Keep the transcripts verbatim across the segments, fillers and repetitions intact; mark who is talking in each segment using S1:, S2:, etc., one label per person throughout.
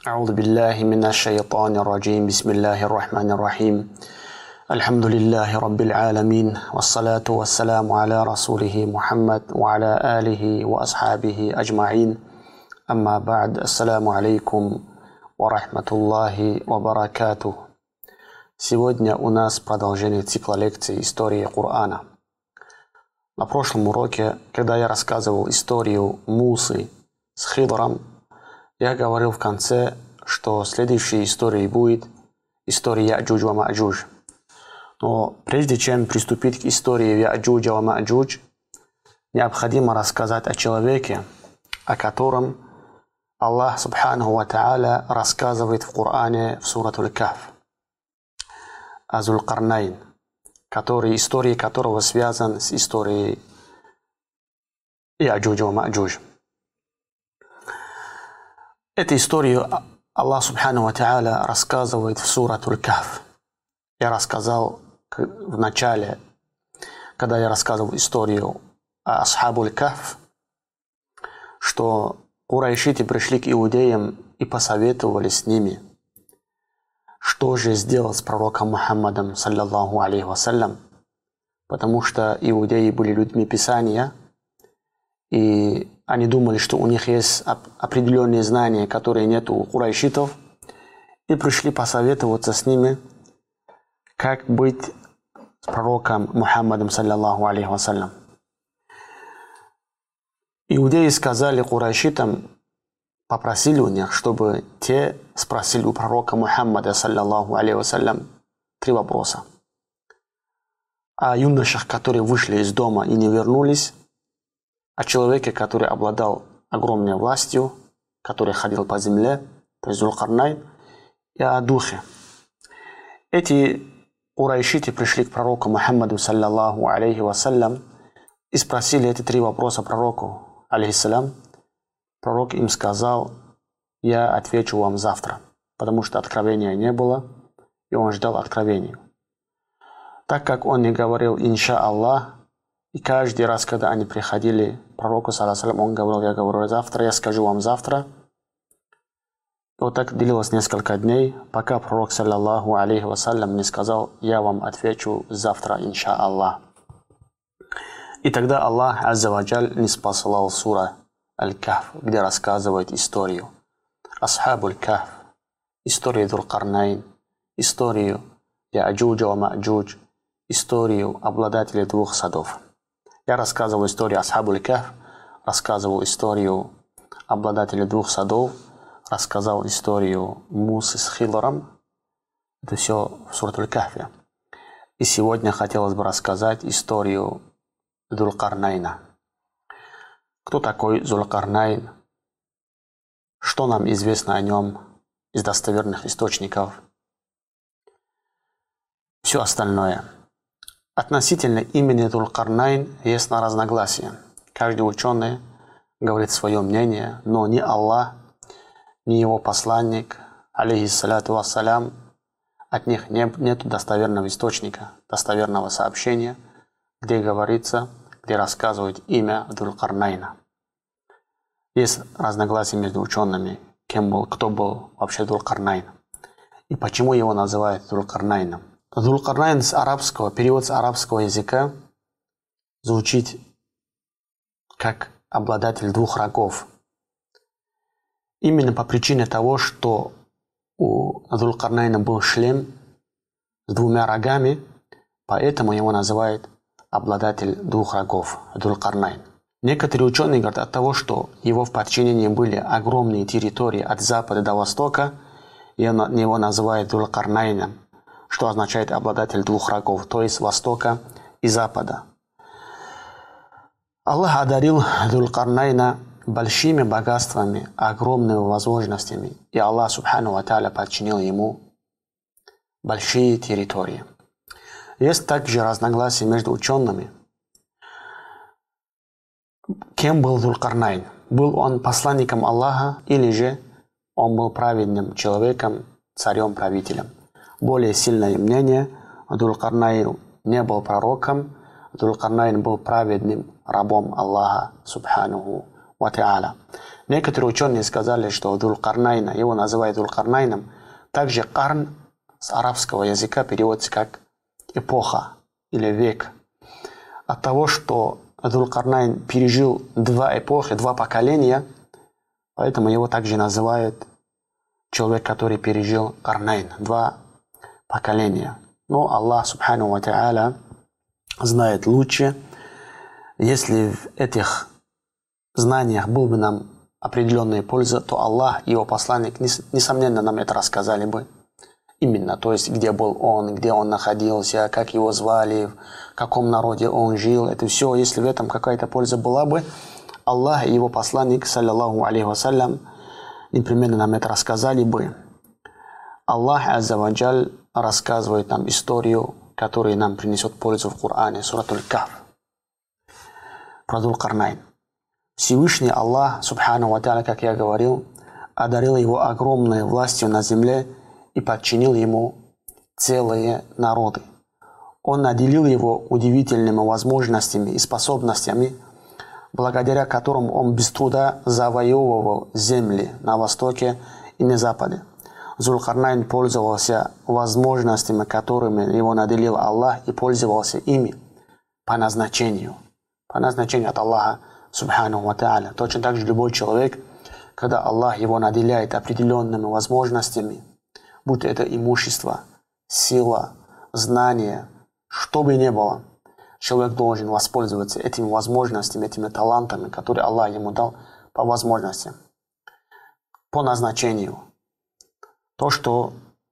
S1: أعوذ بالله من الشيطان الرجيم بسم الله الرحمن الرحيم الحمد لله رب العالمين والصلاة والسلام على رسوله محمد وعلى آله وأصحابه أجمعين أما بعد السلام عليكم ورحمة الله وبركاته. Сегодня у нас продолжение цикла лекций истории Корана. На прошлом уроке, когда я рассказывал историю Мусы с Хидром, я говорил в конце, что следующей историей будет история Я'джудж ва Ма'джудж. Но прежде чем приступить к истории Я'джуджа ва Ма'джудж, необходимо рассказать о человеке, о котором Аллах Субханаху ва Тааля рассказывает в Коране в суре Аль-Кахф, о Зуль-Карнайн, который, история которого связана с историей Я'джуджа ва Ма'джудж. Эту историю Аллах Субханаху ва Тааля рассказывает в суре Аль-Кахф. Я рассказал в начале, когда я рассказывал историю о Асхабу Аль-Кахф, что курайшиты пришли к иудеям и посоветовали с ними, что же сделать с пророком Мухаммадом, саллаллаху алейхи вассалям, потому что иудеи были людьми Писания, и они думали, что у них есть определенные знания, которые нет у курайшитов, и пришли посоветоваться с ними, как быть с пророком Мухаммадом, саллаллаху алейхи вассалям. Иудеи сказали курайшитам, попросили у них, чтобы те спросили у пророка Мухаммада, саллаллаху алейхи вассалям, три вопроса. О юношах, которые вышли из дома и не вернулись, о человеке, который обладал огромной властью, который ходил по земле, то есть Зуль-Карнайн, и о духе. Эти курайшиты пришли к пророку Мухаммаду, саллаллаху алейхи вассалям, и спросили эти три вопроса пророку, алейхиссалям. Пророк им сказал: я отвечу вам завтра, потому что откровения не было, и он ждал откровений. Так как он не говорил «Инша Аллах», и каждый раз, когда они приходили к пророку, саллаллаху алейхи, он говорил: я говорю завтра, я скажу вам завтра. И вот так длилось несколько дней, пока пророк, саллаллаху алейхи вассалям, не сказал: я вам отвечу завтра, инша Аллах. И тогда Аллах азза ва джаль ниспосылал сура Аль-Кахф, где рассказывает историю Асхабу Аль-Кахф, историю Зуль-Карнайн, историю Я'джуджа ва Ма'джудж, историю обладателей двух садов. Я рассказывал историю Асхабу Аль-Кахф, рассказывал историю обладателей двух садов, рассказал историю Мусы с Хидром. Это все в суре Аль-Кахфе. И сегодня хотелось бы рассказать историю Зуль-Карнайна. Кто такой Зуль-Карнайн? Что нам известно о нем из достоверных источников? Все остальное. Относительно имени Зуль-Карнайн есть разногласия. Каждый ученый говорит свое мнение, но ни Аллах, ни его посланник, алейхиссалату вассалям, от них нет, нет достоверного источника, достоверного сообщения, где говорится, где рассказывает имя Зуль-Карнайна. Есть разногласия между учеными, кем был, кто был вообще Зуль-Карнайн и почему его называют Зуль-Карнайном. Зуль-Карнайн с арабского, перевод с арабского языка звучит как обладатель двух рогов. Именно по причине того, что у Зуль-Карнайна был шлем с двумя рогами, поэтому его называют обладатель двух рогов, Зуль-Карнайн. Некоторые ученые говорят от того, что его в подчинении были огромные территории от запада до востока, его называют Зуль-Карнайном, что означает обладатель двух рогов, то есть востока и запада. Аллах одарил Зуль-Карнайна большими богатствами, огромными возможностями, и Аллах Субхану ва Тааля подчинил ему большие территории. Есть также разногласия между учеными. Кем был Зуль-Карнайн? Был он посланником Аллаха или же он был праведным человеком, царем-правителем? Более сильное мнение: Зуль-Карнайн не был пророком, Зуль-Карнайн был праведным рабом Аллаха Субханаху ва Тааля. Некоторые ученые сказали, что Дуль-Карнайна, его называют Дуль-Карнайном, также карн с арабского языка переводится как эпоха или век. От того, что Дуль-Карнайн пережил два эпохи, два поколения, поэтому его также называют человек, который пережил Карнайн, два поколения. Но Аллах, субхану ва та'аля, знает лучше. Если в этих знаниях был бы нам определенная польза, то Аллах и его посланник, несомненно, нам это рассказали бы. Именно, то есть, где был он, где он находился, как его звали, в каком народе он жил. Это все, если в этом какая-то польза была бы, Аллах и его посланник, саллиллаху алейхи вассалям, непременно нам это рассказали бы. Аллах азза ва джаль рассказывает нам историю, которая нам принесет пользу в Коране, сурат Аль-Кахф, про Дуль-Карнайн. Всевышний Аллах, субхану ва та'аля, как я говорил, одарил его огромной властью на земле и подчинил ему целые народы. Он наделил его удивительными возможностями и способностями, благодаря которым он без труда завоевывал земли на востоке и на западе. Зуль-Карнайн пользовался возможностями, которыми его наделил Аллах, и пользовался ими по назначению. По назначению от Аллаха, субхану ва та'аля. Точно так же любой человек, когда Аллах его наделяет определенными возможностями, будь это имущество, сила, знание, что бы ни было, человек должен воспользоваться этими возможностями, этими талантами, которые Аллах ему дал по возможности, по назначению. То, что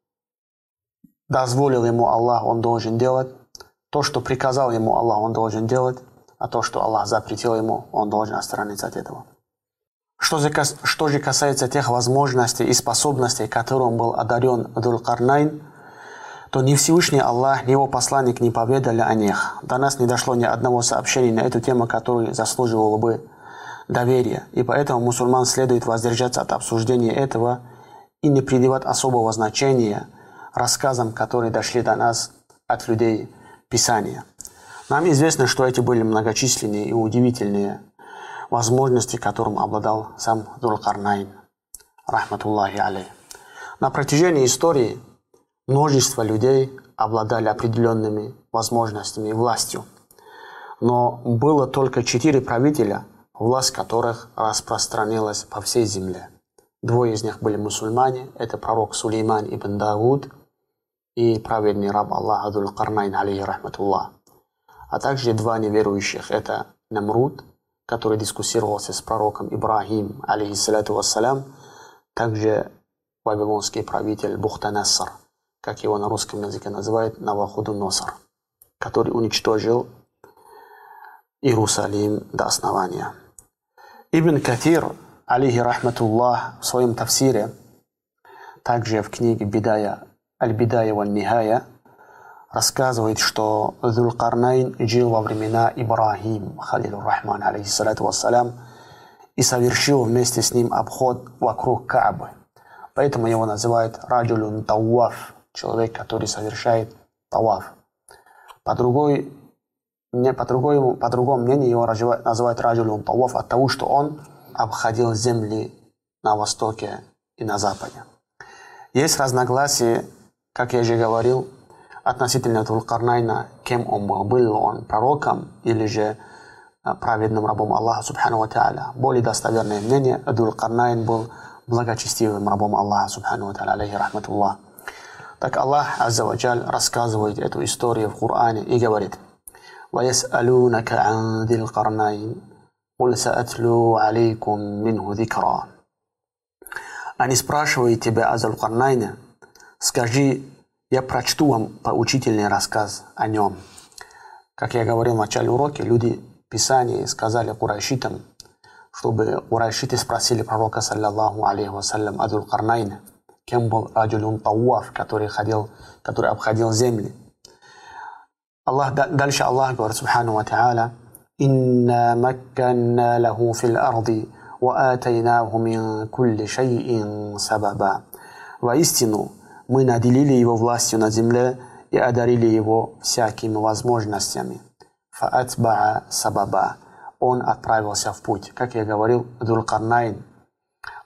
S1: дозволил ему Аллах, он должен делать. То, что приказал ему Аллах, он должен делать. А то, что Аллах запретил ему, он должен отстраниться от этого. Что же, что же касается тех возможностей и способностей, которым был одарен Дуль-Карнайн, то ни Всевышний Аллах, ни его посланник не поведали о них. До нас не дошло ни одного сообщения на эту тему, которое заслуживало бы доверия. И поэтому мусульман следует воздержаться от обсуждения этого и не придавать особого значения рассказам, которые дошли до нас от людей Писания. Нам известно, что эти были многочисленные и удивительные возможности, которым обладал сам Дуль-Карнайн, рахматуллахи алейх. На протяжении истории множество людей обладали определенными возможностями и властью. Но было только четыре правителя, власть которых распространилась по всей земле. Двое из них были мусульмане, это пророк Сулейман ибн Давуд и праведный раб Аллаха Дуль-Карнайн, алейхи рахматуллах. А также два неверующих, это Намруд, который дискуссировался с пророком Ибрахим, алейхиссалату вассалям, также вавилонский правитель Бухтанассар, как его на русском языке называют, Навуходоносор, который уничтожил Иерусалим до основания. Ибн Катир, алейхи рахматуллах, в своем тафсире, также в книге Бидая, Аль-Бидая ва Нихая, рассказывает, что Дуль-Карнайн жил во времена Ибрахим, халилур рахман, алейхиссалату вассалям, и совершил вместе с ним обход вокруг Каабы. Поэтому его называют раджулюн тауаф, человек, который совершает таваф. По другой, по другому, по другому мнению его называют раджулюн тауаф от того, что он обходил земли на востоке и на западе. Есть разногласия, как я уже говорил, относительно Дуль-Карнайна, кем он был, был он пророком или же праведным рабом Аллаха, субхану ва та'аля. Более достоверное мнение, Дуль-Карнайн был благочестивым рабом Аллаха, субхану ва та'аля, алейхи рахматуллах. Так Аллах, азза ва джаль, рассказывает эту историю в Коране и говорит: وَيَسْأَلُونَكَ عَنْ ذِي الْقَرْنَيْنِ قُلْ سَأَتْلُو عَلَيْكُمْ مِنْهُ ذِكْرًا. Они спрашивают тебя о Дуль-Карнайне, скажи, я прочту вам поучительный рассказ о нем. Как я говорил в начале урока, люди Писания сказали курайшитам, чтобы курайшиты спросили пророка, саллаллаху алейхи вассалям, о Дуль-Карнайне, кем был раджулюн тауаф, который, ходил, который обходил земли. Аллах, дальше Аллах говорит, субхану ва та'аля: «Инна макканна лаху фил арди, ва атайнаху мин кулли шайин сабаба». Воистину, мы наделили его властью на земле и одарили его всякими возможностями. Фаатбаа сабаба. Он отправился в путь. Как я говорил, Дуль-Карнайн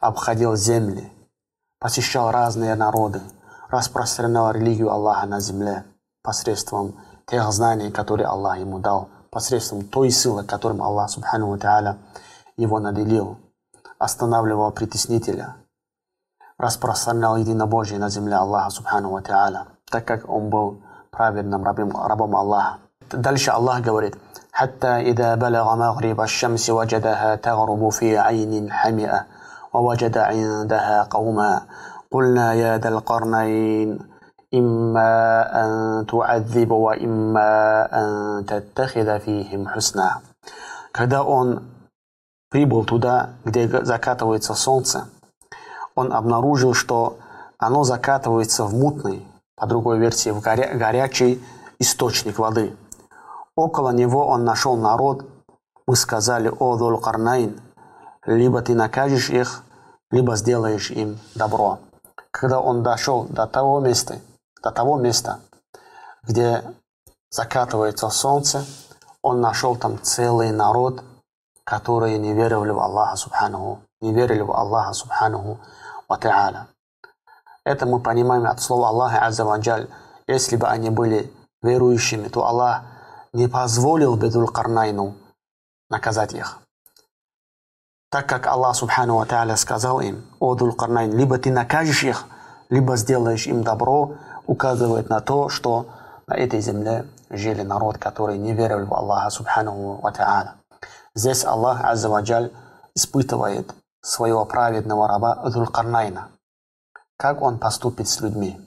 S1: обходил земли, посещал разные народы, распространял религию Аллаха на земле посредством тех знаний, которые Аллах ему дал, посредством той силы, которым Аллах Субхану ва Тааля его наделил, останавливал притеснителя, распространял единобожие на земле Аллаха Субхану ва Тааля, так как он был праведным рабом, рабом Аллаха. Дальше Аллах говорит: «Хатта ида балага магриба аш-шамси ваджадаха тагрубу фи айнин хамиа, ва ваджада индаха каума, кульна я дал карнайн, имма ан туадзибу ва имма ан таттахида фихим хусна». Когда он прибыл туда, где закатывается солнце, он обнаружил, что оно закатывается в мутный, по другой версии, в горя горячий источник воды. Около него он нашел народ. Мы сказали: «О Зуль-Карнайн, либо ты накажешь их, либо сделаешь им добро». Когда он дошел до того места, до того места, где закатывается солнце, он нашел там целый народ, которые не верили в Аллаха Субханаху, не верили в Аллаха Субханаху ва Тааля. Это мы понимаем от слова Аллаха Азза ва Джаль. Если бы они были верующими, то Аллах не позволил бы Зуль-Карнайну наказать их. Так как Аллах Субхану ва Тааля сказал им: «О Зуль-Карнайн, либо ты накажешь их, либо сделаешь им добро», указывает на то, что на этой земле жили народ, который не верил в Аллаха Субхану ва Тааля. Здесь Аллах Азза ва Джаль испытывает своего праведного раба Зуль-Карнайна, как он поступит с людьми.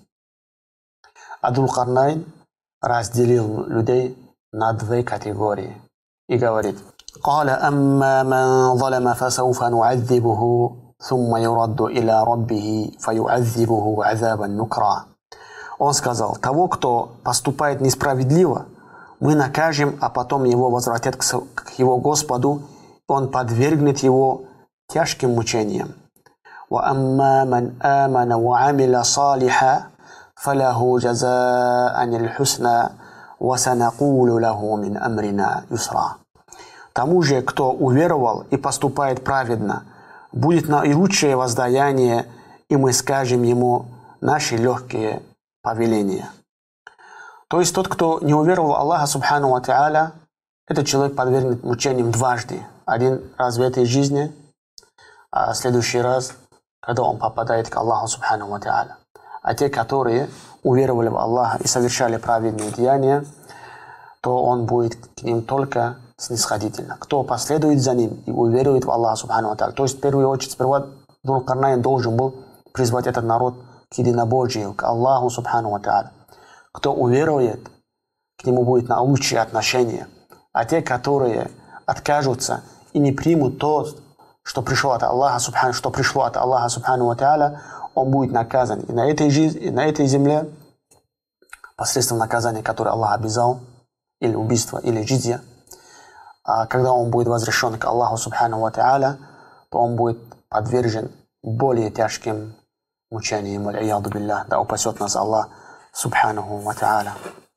S1: А Зуль-Карнайн разделил людей на две категории и говорит: «قال أما من ظلم فسوف نعذبه ثم يرد إلى ربه فيعذبه عذابا نكرا». Он сказал: того, кто поступает несправедливо, мы накажем, а потом его возвратят к его Господу, он подвергнет его тяжким мучениям. وأما من آمن وعمل صالحا فله جزاء الحسنى وسنقول له من أمرنا يسرا. Тому же, кто уверовал и поступает праведно, будет наилучшее воздаяние, и мы скажем ему наши легкие повеления. То есть тот, кто не уверовал в Аллаха Субхану ва Тааля, этот человек подвергнет мучениям дважды. Один раз в этой жизни, а следующий раз, когда он попадает к Аллаху Субхану ва Тааля. А те, которые уверовали в Аллаха и совершали праведные деяния, то он будет к ним только снисходительно. Кто последует за ним и уверует в Аллаха Субхану ва Тааля. То есть в первую очередь сперва Зуль-Карнайн должен был призвать этот народ к единобожию, к Аллаху Субхану ва Тааля. Кто уверует, к нему будет на лучшие отношения. А те, которые откажутся и не примут то, что пришло от Аллаха Субхану, что пришло от Аллаха Субхану ва Тааля, он будет наказан и на этой жизни, и на этой земле посредством наказания, которое Аллах обязал, или убийство, или джизья. А когда он будет возвращен к Аллаху Субхану ва Тааля, то он будет подвержен более тяжким мучениям. Аль-Ияду биллях. Да упасет нас Аллах Субхану ва Тааля.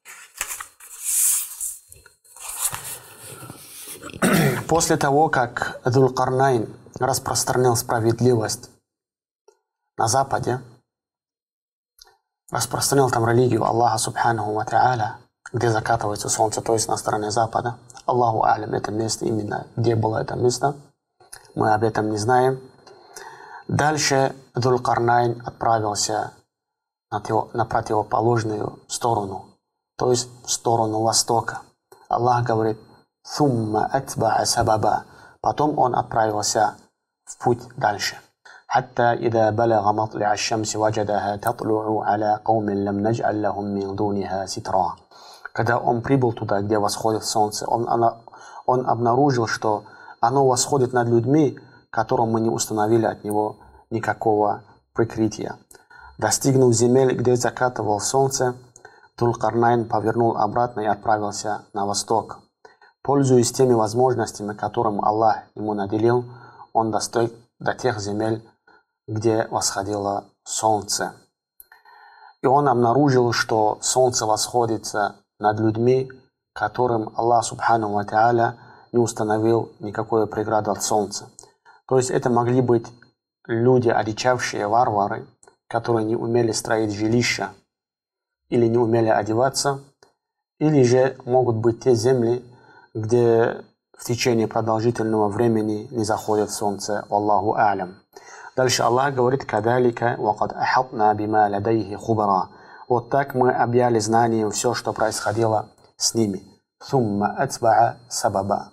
S1: После того, как Зуль-Карнайн распространил справедливость на Западе, распространил там религию Аллаха Субхану ва Тааля, где закатывается солнце, то есть на стороне Запада. Аллаху алям, это место, именно где было это место, мы об этом не знаем. Дальше Зуль-Карнайн отправился на, тео, на противоположную сторону, то есть в сторону востока. Аллах говорит: «Сумма атба'a сабаба». Потом он отправился в путь дальше. «Хатта ида балага матли'a аш-шамси ваджадаха татлу'у аля каумин лам надж'аль лахум мин дуниха ситра». Когда он прибыл туда, где восходит солнце, он, она, он обнаружил, что оно восходит над людьми, которым мы не установили от него никакого прикрытия. Достигнув земель, где закатывал солнце, Зуль-Карнайн повернул обратно и отправился на восток. Пользуясь теми возможностями, которым Аллах ему наделил, он достиг до тех земель, где восходило солнце. И он обнаружил, что солнце восходит над людьми, которым Аллах Субхану ва Тааля не установил никакой преграды от солнца. То есть это могли быть люди, одичавшие варвары, которые не умели строить жилища или не умели одеваться, или же могут быть те земли, где в течение продолжительного времени не заходит солнце. Аллаху а'лям. Дальше Аллах говорит: «Кадалика вакад ахатна бима ладайхи хубара». Вот так мы объяли знанием все, что происходило с ними. Сумма атбаа сабаба.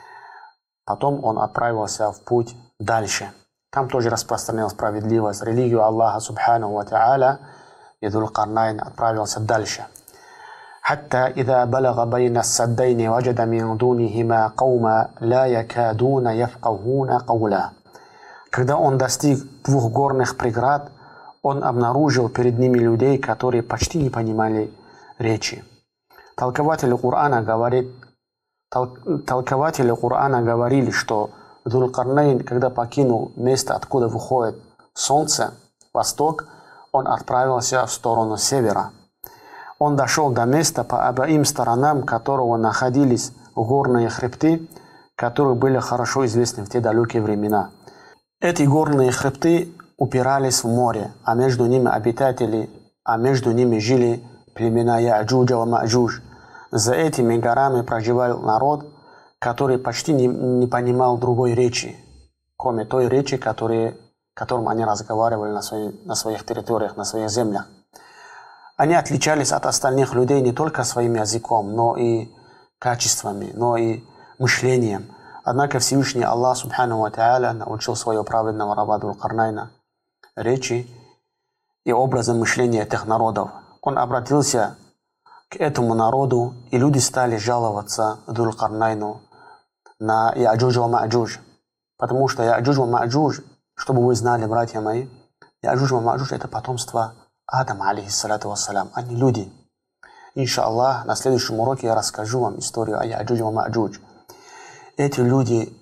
S1: Потом он отправился в путь дальше. Там тоже распространял справедливость, религию Аллаха Субханаху ва Та'аля, и Зуль-Карнайн отправился дальше. حتى إذا بلغ بين السدين وجد من دونهما قوما لا يكادون يفقهون قولا. Когда он достиг двух горных преград, он обнаружил перед ними людей, которые почти не понимали речи. Толкователи Корана говорит, тол, толкователи Корана говорили, что Зуль-Карнайн, когда покинул место, откуда выходит солнце, восток, он отправился в сторону севера. Он дошел до места, по обеим сторонам которого находились горные хребты, которые были хорошо известны в те далекие времена. Эти горные хребты упирались в море, а между ними обитатели, а между ними жили племена Я'джуджа ва Ма'джуж. За этими горами проживал народ, который почти не, не понимал другой речи, кроме той речи, которые, которым они разговаривали на, свои, на своих территориях, на своих землях. Они отличались от остальных людей не только своим языком, но и качествами, но и мышлением. Однако Всевышний Аллах Субханаху ва Та'аля научил своего праведного раба Зуль-Карнайна речи и образом мышления этих народов. Он обратился к этому народу, и люди стали жаловаться Зуль-Карнайну на Я'джудж ва Ма'джудж. Потому что Я'джудж ва Ма'джудж, чтобы вы знали, братья мои, Я'джудж ва Ма'джудж — это потомство Адама, алейхиссалату вассалям, они люди. Иншаллах, на следующем уроке я расскажу вам историю о Я'джудж ва Ма'джудж. Эти люди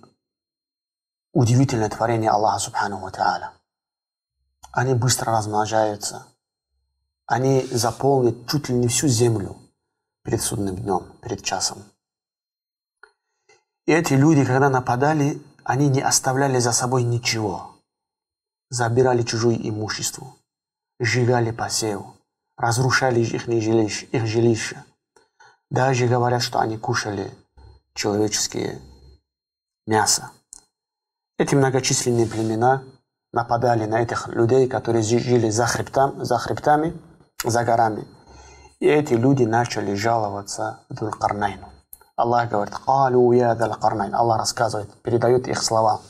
S1: — удивительное творение Аллаха Субханаху ва Та'аля. Они быстро размножаются. Они заполнят чуть ли не всю землю перед судным днем, перед часом. И эти люди, когда нападали, они не оставляли за собой ничего. Забирали чужое имущество, сжигали посев, разрушали их жилища, их жилища. Даже говорят, что они кушали человеческие мясо. Эти многочисленные племена нападали на этих людей, которые жили за, хребтам, за хребтами, за горами. И эти люди начали жаловаться Зуль-Карнайну. Аллах говорит: «Калу я Зуль-Карнайн». Аллах рассказывает, передает их слова.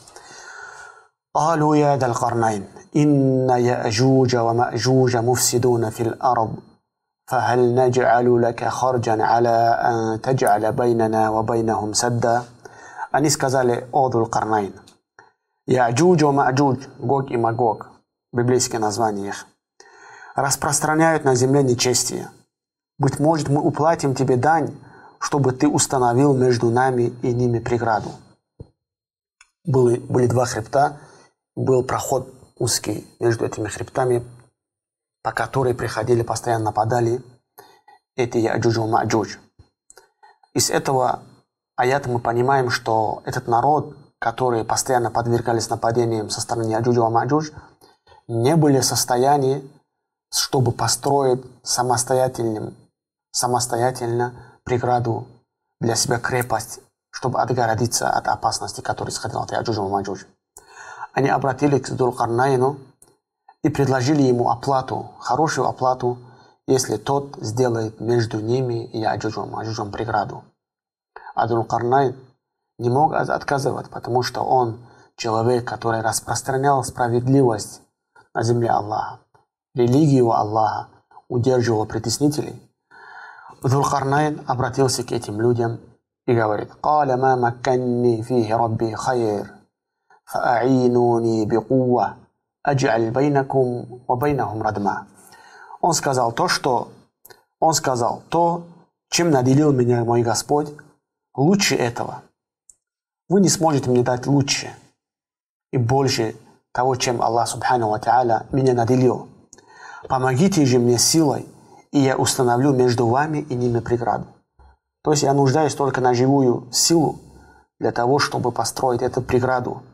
S1: «Калу я Зуль-Карнайн, инна Я'джуджа ва Ма'джуджа муфсидуна фил ард, фахаль надж'алу лака харджан аля ан тадж'аля байнана ва байнахум садда». Они сказали: «О Зуль-Карнайн, Я'джудж ва Ма'джудж, Гог и Магог, библейские названия их, распространяют на земле нечестие. Быть может, мы уплатим тебе дань, чтобы ты установил между нами и ними преграду». Были, были два хребта, был проход узкий между этими хребтами, по которой приходили, постоянно нападали эти Я'джудж ва Ма'джудж. Из этого аята мы понимаем, что этот народ, которые постоянно подвергались нападениям со стороны Я'джудж ва Ма'джудж, не были в состоянии, чтобы построить самостоятельным, самостоятельно преграду для себя, крепость, чтобы отгородиться от опасности, которая исходила от Я'джудж ва Ма'джудж. Они обратились к Зуль-Карнайну и предложили ему оплату, хорошую оплату, если тот сделает между ними и Я'джудж ва Ма'джуджем преграду. А Зуль-Карнайн не мог отказывать, потому что он человек, который распространял справедливость на земле Аллаха, религию Аллаха, удерживал притеснителей. Зуль-Карнайн обратился к этим людям и говорит: «Каля ма макканни фихи рабби хайр, фа'аинуни бикува, адж'аль байнакум ва байнахум радма». Он сказал то, что он сказал то, чем наделил меня мой Господь, лучше этого. Вы не сможете мне дать лучше и больше того, чем Аллах Субханаху ва Та'аля меня наделил. Помогите же мне силой, и я установлю между вами и ними преграду. То есть я нуждаюсь только на живую силу для того, чтобы построить эту преграду.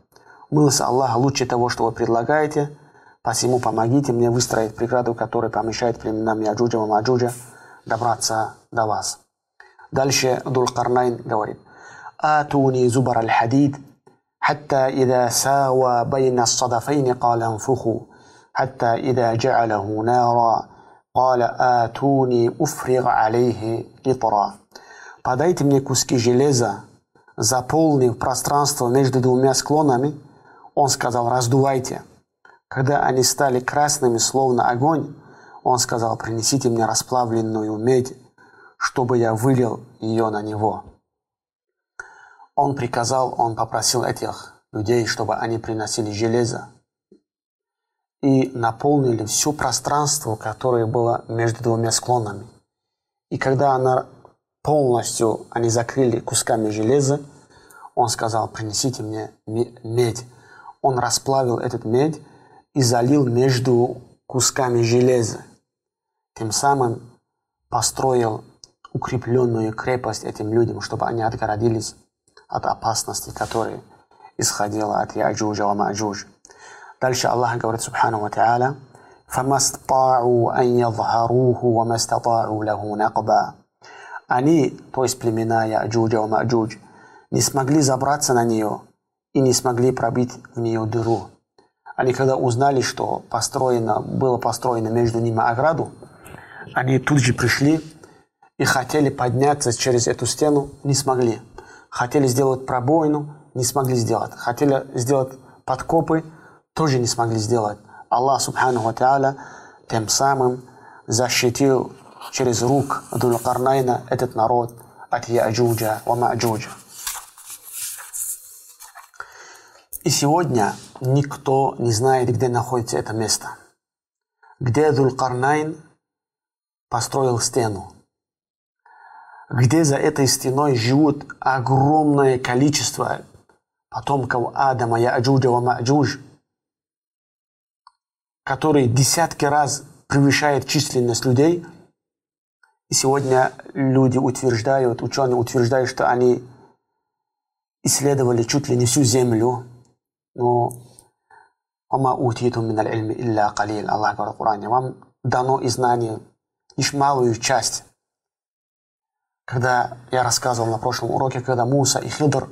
S1: Милость Аллаха лучше того, что вы предлагаете, посему помогите мне выстроить преграду, которая помешает племенам Яджуджа и Маджуджа добраться до вас. Дальше Дуль-Карнайн говорит: «Атуни зубар аль-хадид, хатта ида сава байна ас-садафайни каля анфуху, хатта ида джа'алаху нара, каля атуни уфриг алейхи литра». Подайте мне куски железа, заполнив пространство между двумя склонами. Он сказал: раздувайте. Когда они стали красными, словно огонь, он сказал: принесите мне расплавленную медь, чтобы я вылил ее на него. Он приказал, он попросил этих людей, чтобы они приносили железо и наполнили все пространство, которое было между двумя склонами. И когда она полностью они закрыли кусками железа, он сказал: принесите мне медь. Он расплавил этот медь и залил между кусками железа. Тем самым построил укрепленную крепость этим людям, чтобы они отгородились от опасности, которая исходила от Яджуджа и Маджуджа. Дальше Аллах говорит, субхану ва та'аля: فَمَا اسْتَطَاعُوا أَنْ يَظْهَرُوهُ وَمَا اسْتَطَاعُوا لَهُ نَقْبًا. Они, то есть племена Яджуджа и Маджудж, не смогли забраться на нее и не смогли пробить в нее дыру. Они когда узнали, что построено, было построено между ними ограду, они тут же пришли и хотели подняться через эту стену, не смогли. Хотели сделать пробоину, не смогли сделать. Хотели сделать подкопы, тоже не смогли сделать. Аллах субхану ва та'аля тем самым защитил через рук Дуль-Карнайна этот народ от Яджуджа и Маджуджа. И сегодня никто не знает, где находится это место, где Дуль-Карнайн построил стену, где за этой стеной живут огромное количество потомков Адама, Яджуджа и Маджудж, которые десятки раз превышают численность людей. И сегодня люди утверждают, ученые утверждают, что они исследовали чуть ли не всю землю. Но «Ама утиту миналь ильми илля калил». Аллах говорит в Коране: вам дано и знание лишь малую часть. Когда я рассказывал на прошлом уроке, когда Муса и Хидр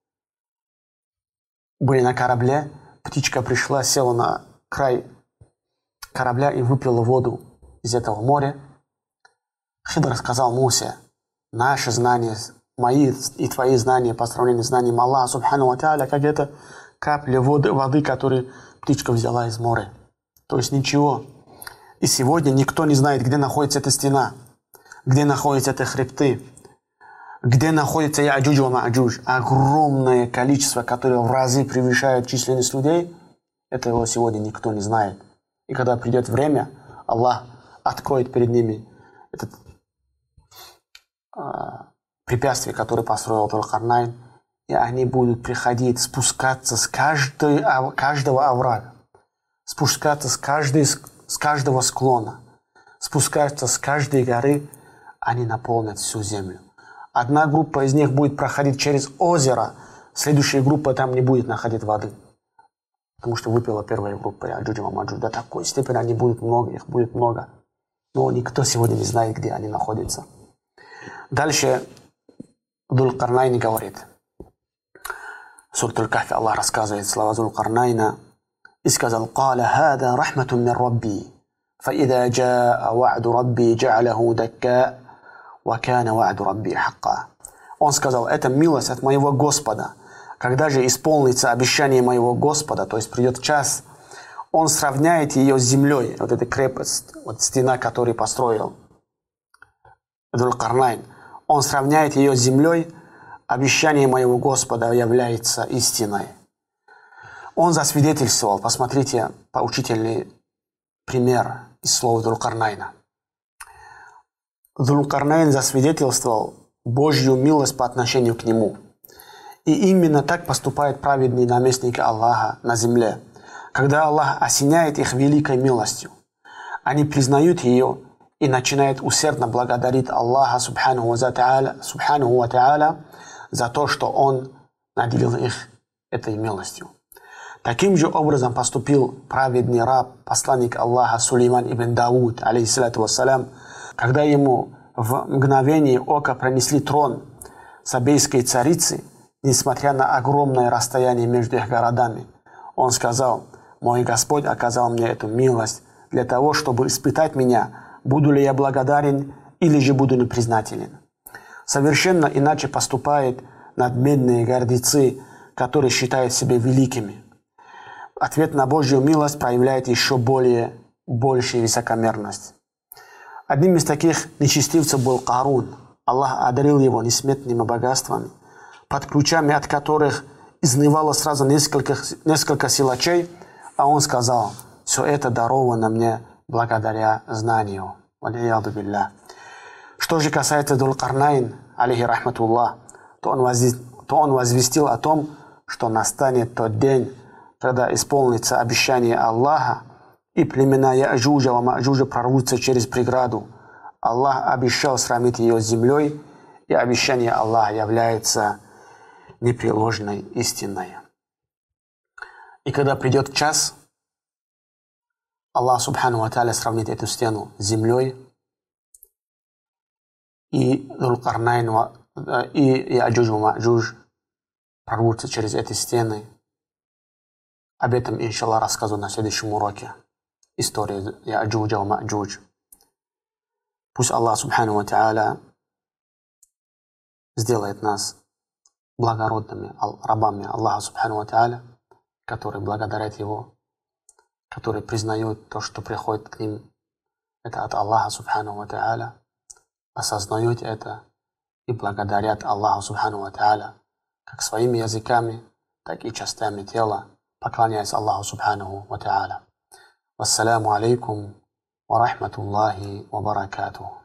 S1: были на корабле, птичка пришла, села на край корабля и выпила воду из этого моря. Хидр сказал Мусе: наши знания, мои и твои знания по сравнению с знанием Аллаха субхану ва та'аля, как это капля воды, воды, которую птичка взяла из моря. То есть ничего. И сегодня никто не знает, где находится эта стена, где находятся эти хребты, где находится Яджудж и Маджудж. Огромное количество, которое в разы превышает численность людей, этого сегодня никто не знает. И когда придет время, Аллах откроет перед ними это э, препятствие, которое построил Дуль-Карнайн, и они будут приходить, спускаться с каждой, каждого оврага, спускаться с, каждой, с каждого склона, спускаться с каждой горы. Они наполнят всю землю. Одна группа из них будет проходить через озеро, следующая группа там не будет находить воды, потому что выпила первая группа Яджудж и Маджудж. До такой степени они будут много, их будет много. Но никто сегодня не знает, где они находятся. Дальше Дуль-Карнайн говорит. Сура Аль-Кахфи Аллах рассказывает слова Дуль-Карнайна и сказал: «Каля хада рахматун мин Рабби, фаида джаа ва'ду Рабби джа'алаху дакка, ва кана ва'ду Рабби хакка». Он сказал: это милость от моего Господа. Когда же исполнится обещание моего Господа, то есть придет час, он сравняет ее с землей, вот эта крепость, вот стена, которую построил Дуль-Карнайн, он сравняет ее с землей. Обещание моего Господа является истиной. Он засвидетельствовал, посмотрите, поучительный пример из слов Дуль-Карнайна. Дуль-Карнайн засвидетельствовал Божью милость по отношению к нему. И именно так поступают праведные наместники Аллаха на земле. Когда Аллах осеняет их великой милостью, они признают ее и начинают усердно благодарить Аллаха субхану ва та'аля за то, что Он наделил их этой милостью. Таким же образом поступил праведный раб, посланник Аллаха Сулейман ибн Дауд, алейхиссалату вассалям, когда ему в мгновение ока пронесли трон сабейской царицы, несмотря на огромное расстояние между их городами. Он сказал: «Мой Господь оказал мне эту милость для того, чтобы испытать меня, буду ли я благодарен или же буду непризнателен». Совершенно иначе поступают надменные гордецы, которые считают себя великими. Ответ на Божью милость проявляет еще более, большую высокомерность. Одним из таких нечестивцев был Карун. Аллах одарил его несметными богатствами, под ключами от которых изнывало сразу несколько, несколько силачей, а он сказал: «Все это даровано мне благодаря знанию». Что же касается Дуль-Карнайн, алейхи рахматуллах, то он, возвестил, то он возвестил о том, что настанет тот день, когда исполнится обещание Аллаха, и племена Яджуджа и Маджуджа прорвутся через преграду. Аллах обещал сравнить ее с землей, и обещание Аллаха является непреложной истиной. И когда придет час, Аллах Субхану ва Тааля сравнит эту стену с землей, и Дуль-Карнайн и Яджудж и Маджудж прорвутся через эти стены. Об этом, иншаллах, рассказываю на следующем уроке. История Яджуджа и Маджудж. Пусть Аллах Субхану ва Тааля сделает нас благородными рабами Аллаха Субхану ва Тааля, которые благодарят Его, которые признают то, что приходит к ним, это от Аллаха Субхану ва Тааля, осознают это и благодарят Аллаху Субхану ва Тааля как своими языками, так и частями тела, поклоняясь Аллаху Субхану ва Тааля. Вассаляму алейкум ва рахматуллахи ва баракатуху.